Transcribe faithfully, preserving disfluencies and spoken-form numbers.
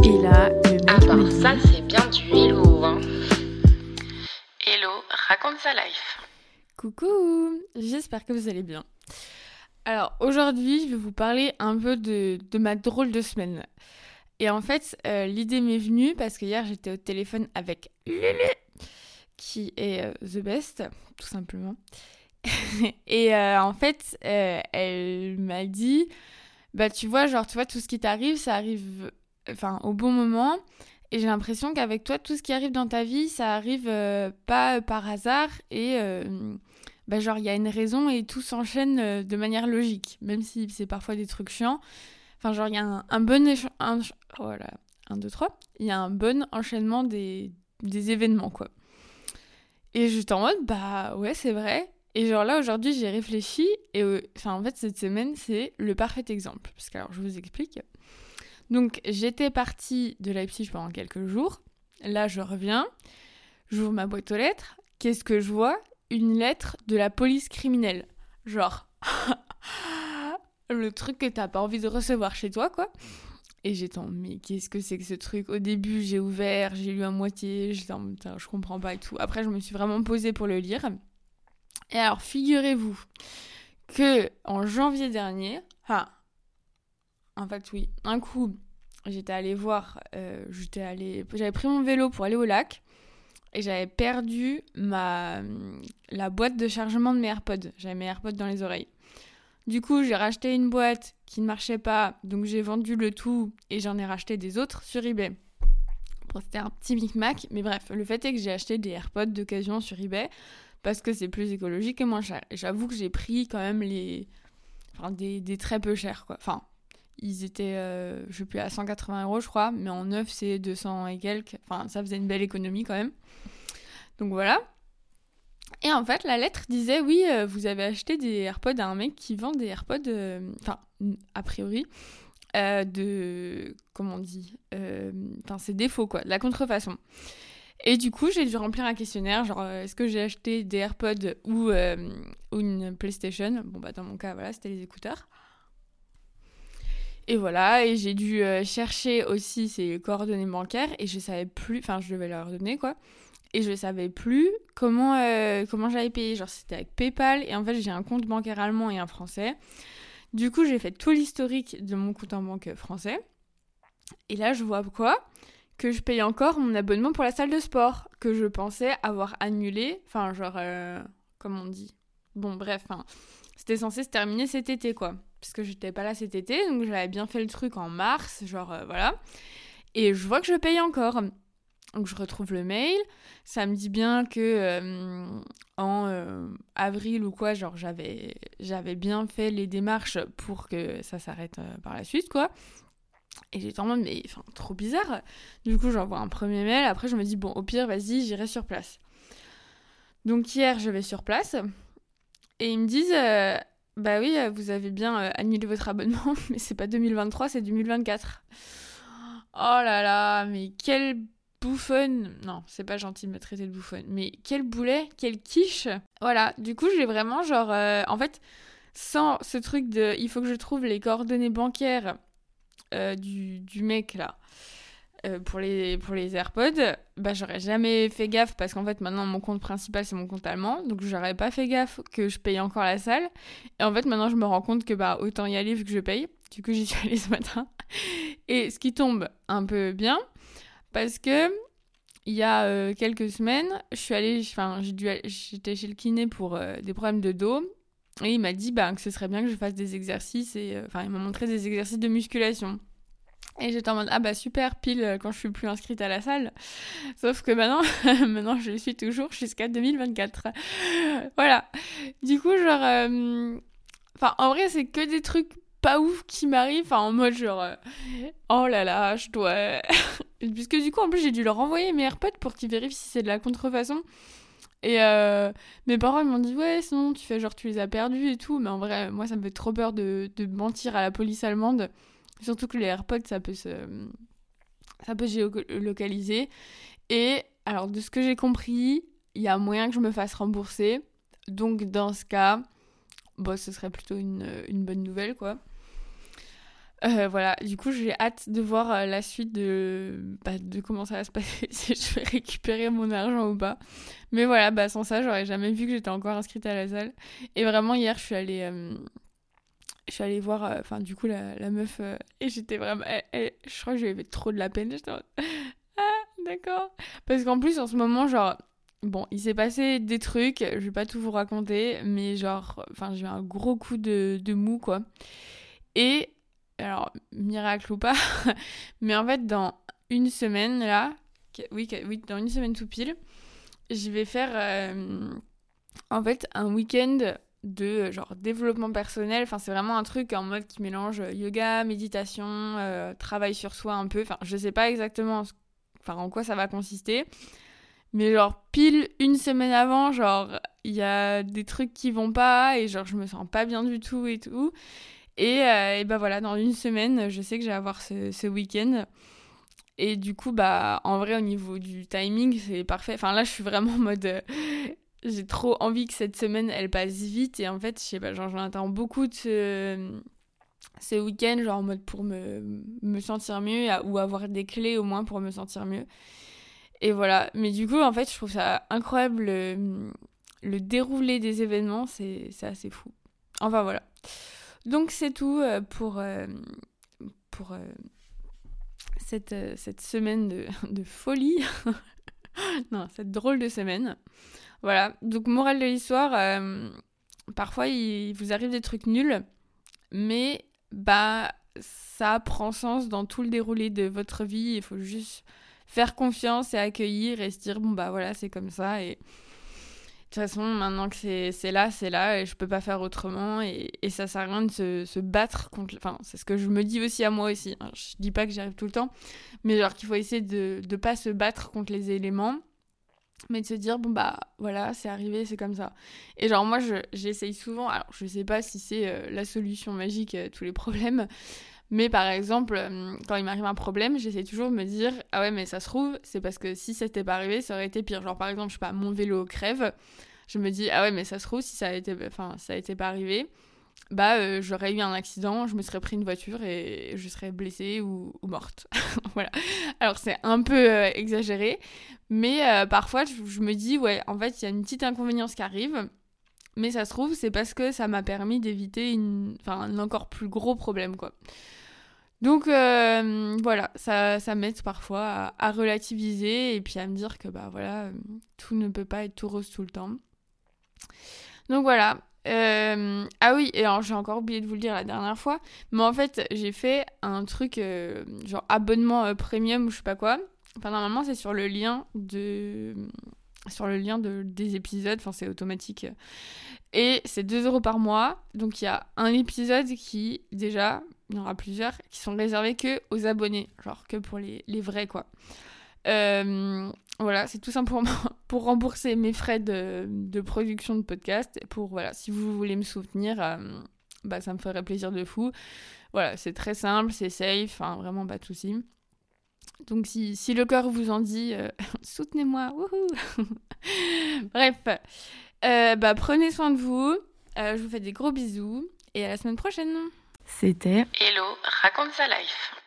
Et là, le mec Ah bah me dit, ça c'est bien du hello hein. Hello, raconte sa life. coucou, j'espère que vous allez bien. Alors aujourd'hui, je vais vous parler un peu de, de ma drôle de semaine. Et en fait, euh, l'idée m'est venue parce que hier j'étais au téléphone avec Lulu, qui est euh, the best, tout simplement. Et euh, en fait, euh, elle m'a dit, bah tu vois, genre tu vois tout ce qui t'arrive, ça arrive, enfin au bon moment. Et j'ai l'impression qu'avec toi, tout ce qui arrive dans ta vie, ça arrive euh, pas euh, par hasard et euh, bah genre il y a une raison et tout s'enchaîne euh, de manière logique, même si c'est parfois des trucs chiants. Enfin genre il y a un, un bon éche- un, voilà, un, deux, trois, il y a un bon enchaînement des, des événements quoi. Et j'étais en mode bah ouais c'est vrai. Et genre là aujourd'hui j'ai réfléchi et euh, enfin en fait cette semaine c'est le parfait exemple parce que alors je vous explique. Donc j'étais partie de Leipzig pendant quelques jours. Là je reviens, j'ouvre ma boîte aux lettres. Qu'est-ce que je vois ? Une lettre de la police criminelle. Genre le truc que t'as pas envie de recevoir chez toi quoi. Et j'étais en mais qu'est-ce que c'est que ce truc ? Au début j'ai ouvert, j'ai lu à moitié, j'étais en mode je comprends pas et tout. Après je me suis vraiment posée pour le lire. Et alors figurez-vous que en janvier dernier, enfin en fait oui, un coup j'étais allée voir, euh, j'étais allée, j'avais pris mon vélo pour aller au lac et j'avais perdu ma, la boîte de chargement de mes AirPods. J'avais mes AirPods dans les oreilles. Du coup, j'ai racheté une boîte qui ne marchait pas, donc j'ai vendu le tout et j'en ai racheté des autres sur eBay. Bon, c'était un petit micmac, mais bref, le fait est que j'ai acheté des AirPods d'occasion sur eBay parce que c'est plus écologique et moins cher. Et j'avoue que j'ai pris quand même les, enfin des, des très peu chers quoi. Enfin. Ils étaient, euh, je sais plus, à cent quatre-vingts euros, je crois. Mais en neuf, c'est deux cents et quelques. Enfin, ça faisait une belle économie quand même. Donc voilà. Et en fait, la lettre disait, oui, euh, vous avez acheté des AirPods à un mec qui vend des AirPods, euh, enfin, a priori, euh, de, comment on dit, euh, enfin, c'est des faux, quoi, de la contrefaçon. Et du coup, j'ai dû remplir un questionnaire, genre, euh, est-ce que j'ai acheté des AirPods ou, euh, ou une PlayStation ? Bon, bah, dans mon cas, voilà, c'était les écouteurs. Et voilà, et j'ai dû euh, chercher aussi ses coordonnées bancaires et je savais plus, enfin je devais leur donner quoi, et je savais plus comment, euh, comment j'avais payé, genre c'était avec PayPal et en fait j'ai un compte bancaire allemand et un français. Du coup j'ai fait tout l'historique de mon compte en banque français et là je vois quoi ? Que je paye encore mon abonnement pour la salle de sport que je pensais avoir annulé, enfin genre, euh, comment on dit ? Bon bref, enfin, c'était censé se terminer cet été quoi. Parce que j'étais pas là cet été, donc j'avais bien fait le truc en mars, genre euh, voilà. Et je vois que je paye encore. Donc je retrouve le mail, ça me dit bien que euh, en euh, avril ou quoi, genre j'avais, j'avais bien fait les démarches pour que ça s'arrête euh, par la suite quoi. Et j'étais en mode, mais enfin, trop bizarre. Du coup, j'envoie un premier mail, après je me dis, bon, au pire, vas-y, j'irai sur place. Donc hier, je vais sur place, et ils me disent... Euh, Bah oui, vous avez bien euh, annulé votre abonnement, mais c'est pas deux mille vingt-trois, c'est deux mille vingt-quatre. Oh là là, mais quelle bouffonne. Non, c'est pas gentil de me traiter de bouffonne, mais quel boulet, quelle quiche. Voilà, du coup, j'ai vraiment genre... Euh, en fait, sans ce truc de... Il faut que je trouve les coordonnées bancaires euh, du, du mec, là, euh, pour, les, pour les AirPods, bah j'aurais jamais fait gaffe parce qu'en fait maintenant mon compte principal c'est mon compte allemand, donc j'aurais pas fait gaffe que je paye encore la salle. Et en fait maintenant je me rends compte que bah autant y aller vu que je paye. Du coup j'y suis allée ce matin. Et ce qui tombe un peu bien parce que il y a euh, quelques semaines, je suis allée, enfin j'ai dû, j'étais chez le kiné pour euh, des problèmes de dos. Et il m'a dit bah, que ce serait bien que je fasse des exercices et enfin euh, il m'a montré des exercices de musculation. Et j'étais en mode, ah bah super, pile quand je suis plus inscrite à la salle. Sauf que maintenant, maintenant je le suis toujours jusqu'à deux mille vingt-quatre. Voilà. Du coup, genre... euh, Enfin, en vrai, c'est que des trucs pas ouf qui m'arrivent. Enfin, en mode genre... euh, Oh là là, je dois... Puisque du coup, en plus, j'ai dû leur envoyer mes AirPods pour qu'ils vérifient si c'est de la contrefaçon. Et euh, mes parents ils m'ont dit, ouais, sinon tu fais genre tu les as perdus et tout. Mais en vrai, moi, ça me fait trop peur de, de mentir à la police allemande. Surtout que les AirPods, ça peut se, ça peut se géolocaliser. Et alors, de ce que j'ai compris, il y a moyen que je me fasse rembourser. Donc, dans ce cas, bon, ce serait plutôt une, une bonne nouvelle, quoi. Euh, voilà, du coup, j'ai hâte de voir euh, la suite de, bah, de comment ça va se passer, si je vais récupérer mon argent ou pas. Mais voilà, bah, sans ça, j'aurais jamais vu que j'étais encore inscrite à la salle. Et vraiment, hier, je suis allée, euh, je suis allée voir, enfin, du coup, la, la meuf, euh, et j'étais vraiment, elle- elle- je crois que j'avais trop de la peine. J'étais en mode, ah, d'accord. Parce qu'en plus, en ce moment, genre, bon, il s'est passé des trucs, je vais pas tout vous raconter, mais genre, enfin, j'ai eu un gros coup de, de mou, quoi. Et, alors, miracle ou pas, mais en fait, dans une semaine, là, que- oui, que- oui, dans une semaine tout pile, je vais faire, euh, en fait, un week-end de, euh, genre, développement personnel. Enfin, c'est vraiment un truc en mode qui mélange euh, yoga, méditation, euh, travail sur soi un peu. Enfin, je sais pas exactement ce- enfin, en quoi ça va consister. Mais genre, pile une semaine avant, genre, il y a des trucs qui vont pas et genre, je me sens pas bien du tout et tout. Et, euh, et bah voilà, dans une semaine, je sais que je vais avoir ce, ce week-end. Et du coup, bah, en vrai, au niveau du timing, c'est parfait. Enfin, là, je suis vraiment en mode. euh, j'ai trop envie que cette semaine, elle passe vite. Et en fait, je sais pas, genre, j'en attends beaucoup de ce, ce week-end, genre en mode pour me, me sentir mieux ou avoir des clés au moins pour me sentir mieux. Et voilà. Mais du coup, en fait, je trouve ça incroyable. Le, le déroulé des événements, c'est, c'est assez fou. Enfin, voilà. Donc, c'est tout euh, pour, euh, pour euh, cette, euh, cette semaine de, de folie. Non, cette drôle de semaine. Voilà. Donc, morale de l'histoire, euh, parfois, il vous arrive des trucs nuls, mais bah, ça prend sens dans tout le déroulé de votre vie. Il faut juste faire confiance et accueillir et se dire, bon, bah voilà, c'est comme ça. Et de toute façon, maintenant que c'est, c'est là, c'est là, et je peux pas faire autrement, et, et ça sert à rien de se, se battre contre... Enfin, c'est ce que je me dis aussi à moi aussi. Hein. Je dis pas que j'y arrive tout le temps, mais genre qu'il faut essayer de ne pas se battre contre les éléments, mais de se dire, bon bah voilà, c'est arrivé, c'est comme ça. Et genre moi, je, j'essaye souvent, alors je sais pas si c'est euh, la solution magique à tous les problèmes, mais par exemple, euh, quand il m'arrive un problème, j'essaie toujours de me dire, ah ouais, mais ça se trouve, c'est parce que si ça n'était pas arrivé, ça aurait été pire. Genre par exemple, je sais pas, mon vélo crève, je me dis, ah ouais, mais ça se trouve, si ça a été, enfin, ça a été pas arrivé, bah euh, j'aurais eu un accident, je me serais pris une voiture et je serais blessée ou, ou morte. Voilà. Alors c'est un peu euh, exagéré, mais euh, parfois je, je me dis, ouais, en fait, il y a une petite inconvénience qui arrive, mais ça se trouve, c'est parce que ça m'a permis d'éviter une, enfin, un encore plus gros problème, quoi. Donc euh, voilà, ça, ça m'aide parfois à, à relativiser et puis à me dire que bah voilà, euh, tout ne peut pas être tout rose tout le temps. Donc voilà. Euh, ah oui, et alors j'ai encore oublié de vous le dire la dernière fois, mais en fait j'ai fait un truc euh, genre abonnement euh, premium ou je sais pas quoi. Enfin normalement c'est sur le lien de sur le lien de, des épisodes, enfin c'est automatique. Et c'est deux euros par mois, donc il y a un épisode qui déjà, il y en aura plusieurs, qui sont réservés que aux abonnés, genre que pour les, les vrais quoi. Euh, voilà, c'est tout simplement pour rembourser mes frais de, de production de podcast. Et pour, voilà, si vous voulez me soutenir, euh, bah, ça me ferait plaisir de fou. Voilà, c'est très simple, c'est safe, hein, vraiment pas de soucis. Donc si, si le cœur vous en dit, euh, soutenez-moi, wouhou. Bref, euh, bah, prenez soin de vous, euh, je vous fais des gros bisous et à la semaine prochaine. C'était Hello, raconte sa life.